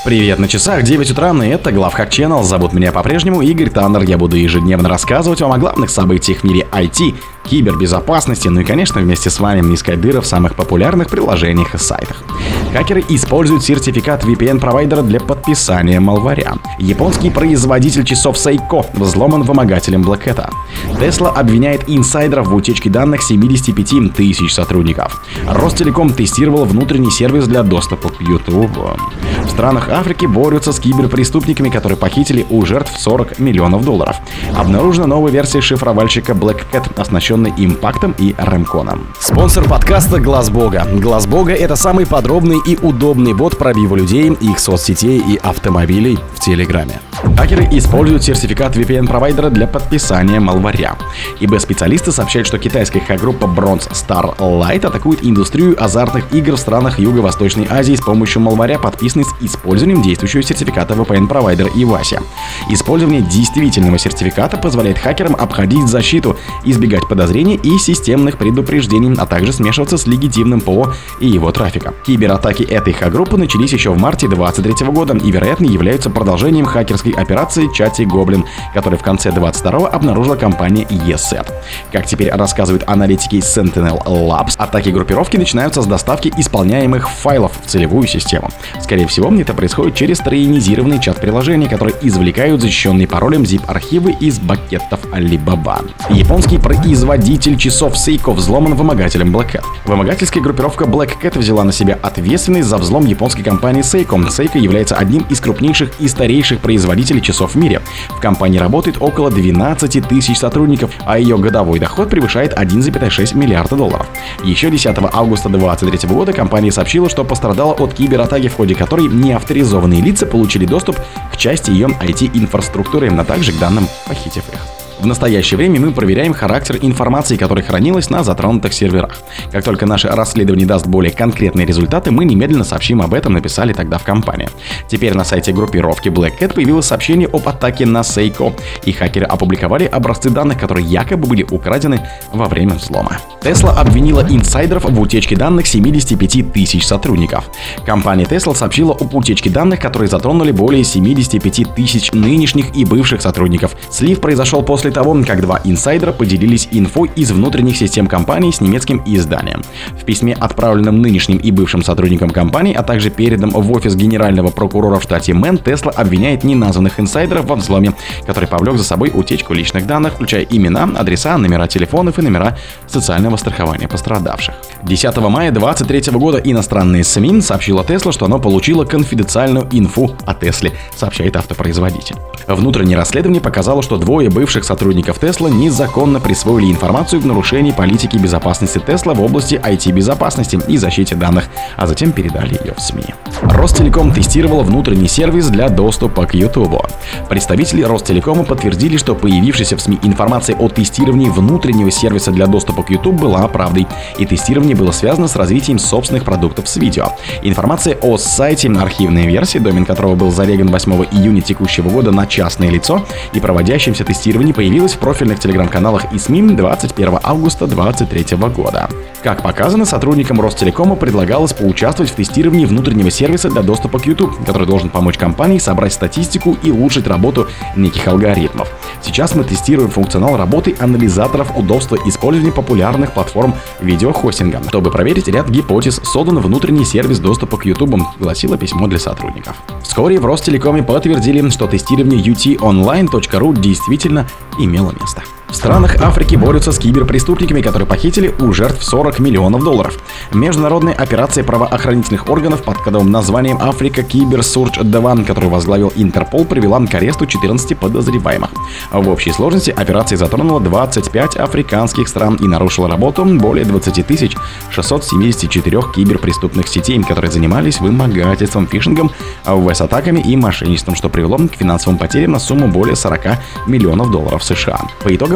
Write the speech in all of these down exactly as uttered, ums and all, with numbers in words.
Привет, на часах девять утра, и это Главхак Channel. Зовут меня по-прежнему Игорь Таннер. Я буду ежедневно рассказывать вам о главных событиях в мире ай ти, кибербезопасности, ну и, конечно, вместе с вами искать дыры в самых популярных приложениях и сайтах. Хакеры используют сертификат ви пи эн-провайдера для подписания малваря. Японский производитель часов Seiko взломан вымогателем Black Cat. Tesla обвиняет инсайдеров в утечке данных семидесяти пяти тысяч сотрудников. Ростелеком тестировал внутренний сервис для доступа к YouTube. В странах Африки борются с киберпреступниками, которые похитили у жертв сорок миллионов долларов. Обнаружена новая версия шифровальщика Black Cat, оснащенный импактом и ремконом. Спонсор подкаста — Глаз Бога. Глаз Бога — это самый подробный и удобный бот пробива людей, их соцсетей и автомобилей в Телеграме. Хакеры используют сертификат ви пи эн-провайдера для подписания малваря. ИБ-специалисты сообщают, что китайская хак-группа Bronze Star Light атакует индустрию азартных игр в странах Юго-Восточной Азии с помощью малваря, подписанный с использованием действующего сертификата ви пи эн-провайдера иваси. Использование действительного сертификата позволяет хакерам обходить защиту, избегать подозрений и системных предупреждений, а также смешиваться с легитимным ПО и его трафиком. Кибератаки этой хак-группы начались еще в марте две тысячи двадцать третьего года и, вероятно, являются продолжением хакерской операции Chatty Goblin, которую в конце двадцать второго обнаружила компания и эс и ти. Как теперь рассказывают аналитики Sentinel Labs, атаки группировки начинаются с доставки исполняемых файлов в целевую систему. Скорее всего, это происходит через троянизированный чат-приложения, которые извлекают защищенные паролем zip-архивы из бакетов Alibaba. Японский производитель часов Seiko взломан вымогателем Black Cat. Вымогательская группировка Black Cat взяла на себя ответственность за взлом японской компании Seiko. Seiko является одним из крупнейших и старейших производителей часов в мире. В компании работает около двенадцати тысяч сотрудников, а ее годовой доход превышает один целых шесть десятых миллиарда долларов. Еще десятого августа две тысячи двадцать третьего года компания сообщила, что пострадала от кибератаки, в ходе которой неавторизованные лица получили доступ к части ее ай ти-инфраструктуры, а также к данным, похитив их. В настоящее время мы проверяем характер информации, которая хранилась на затронутых серверах. Как только наше расследование даст более конкретные результаты, мы немедленно сообщим об этом, написали тогда в компании. Теперь на сайте группировки Black Cat появилось сообщение об атаке на Seiko, и хакеры опубликовали образцы данных, которые якобы были украдены во время взлома. Tesla обвинила инсайдеров в утечке данных семидесяти пяти тысяч сотрудников. Компания Tesla сообщила об утечке данных, которые затронули более семидесяти пяти тысяч нынешних и бывших сотрудников. Слив произошел после того, как два инсайдера поделились инфой из внутренних систем компании с немецким изданием. В письме, отправленном нынешним и бывшим сотрудникам компании, а также переданном в офис генерального прокурора в штате Мэн, Tesla обвиняет неназванных инсайдеров во взломе, который повлек за собой утечку личных данных, включая имена, адреса, номера телефонов и номера социального страхования пострадавших. десятого мая две тысячи двадцать третьего года иностранные СМИ сообщила Tesla, что она получила конфиденциальную инфу о Тесле, сообщает автопроизводитель. Внутреннее расследование показало, что двое бывших сотрудников Tesla незаконно присвоили информацию в нарушении политики безопасности Tesla в области ай ти-безопасности и защите данных, а затем передали ее в СМИ. Ростелеком тестировал внутренний сервис для доступа к YouTube. Представители Ростелекома подтвердили, что появившаяся в СМИ информация о тестировании внутреннего сервиса для доступа к YouTube была правдой, и тестирование было связано с развитием собственных продуктов с видео. Информация о сайте, архивной версии, домен которого был зареган восьмого июня текущего года на частное лицо, и проводящемся тестировании появилась в профильных телеграм-каналах и СМИ двадцать первого августа две тысячи двадцать третьего года. Как показано, сотрудникам Ростелекома предлагалось поучаствовать в тестировании внутреннего сервиса для доступа к YouTube, который должен помочь компании собрать статистику и улучшить работу неких алгоритмов. Сейчас мы тестируем функционал работы анализаторов удобства использования популярных платформ видеохостинга. Чтобы проверить ряд гипотез, создан внутренний сервис доступа к YouTube, гласило письмо для сотрудников. Вскоре в Ростелекоме подтвердили, что тестирование ю ти онлайн точка ру действительно имело место. В странах Африки борются с киберпреступниками, которые похитили у жертв сорок миллионов долларов. Международная операция правоохранительных органов под кодовым названием Africa Cyber Search два, которую возглавил Интерпол, привела к аресту четырнадцати подозреваемых. В общей сложности операция затронула двадцать пять африканских стран и нарушила работу более двадцати тысяч шестисот семидесяти четырёх киберпреступных сетей, которые занимались вымогательством, фишингом, ви эс-атаками и мошенничеством, что привело к финансовым потерям на сумму более сорока миллионов долларов США. По итогам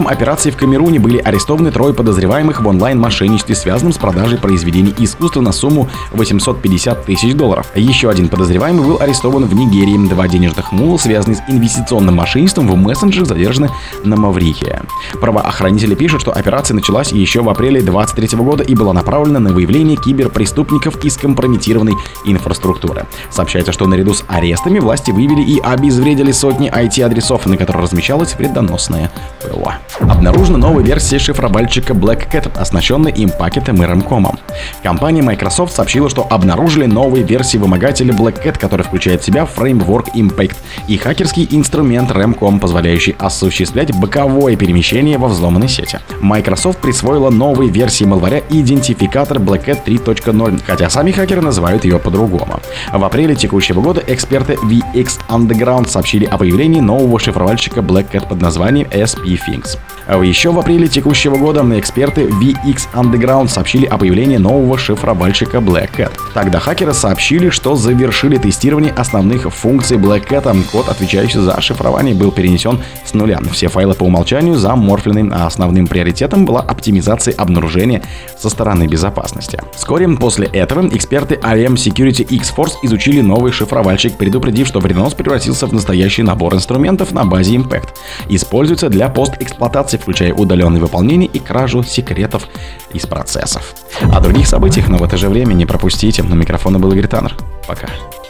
итогам операции в Камеруне были арестованы трое подозреваемых в онлайн-мошенничестве, связанном с продажей произведений искусства на сумму восемьсот пятьдесят тысяч долларов. Еще один подозреваемый был арестован в Нигерии. Два денежных мула, связанные с инвестиционным мошенничеством в мессенджерах, задержаны на Маврикии. Правоохранители пишут, что операция началась еще в апреле две тысячи двадцать третьего года и была направлена на выявление киберпреступников и скомпрометированной инфраструктуры. Сообщается, что наряду с арестами власти выявили и обезвредили сотни ай ти-адресов, на которых размещалось вредоносное ПО. Обнаружена новая версия шифровальщика Black Cat, оснащенная им пакетом и рэмкомом. Компания Microsoft сообщила, что обнаружили новые версии вымогателя Black Cat, который включает в себя фреймворк Impact и хакерский инструмент рэмком, позволяющий осуществлять боковое перемещение во взломанной сети. Microsoft присвоила новые версии малваря идентификатор Black Cat три точка ноль, хотя сами хакеры называют ее по-другому. В апреле текущего года эксперты ви икс Underground сообщили о появлении нового шифровальщика Black Cat под названием эс пи Finks. Еще в апреле текущего года эксперты ви икс Underground сообщили о появлении нового шифровальщика Black Cat. Тогда хакеры сообщили, что завершили тестирование основных функций Black Cat. Код, отвечающий за шифрование, был перенесен с нуля. Все файлы по умолчанию заморфлены, а основным приоритетом была оптимизация обнаружения со стороны безопасности. Вскоре после этого эксперты эй эм Security X-Force изучили новый шифровальщик, предупредив, что вредонос превратился в настоящий набор инструментов на базе Impact. Используется для постэксплуатации, включая удаленное выполнение и кражу секретов из процессов. О других событиях, но в это же время не пропустите. На микрофона был Игорь Таннер. Пока.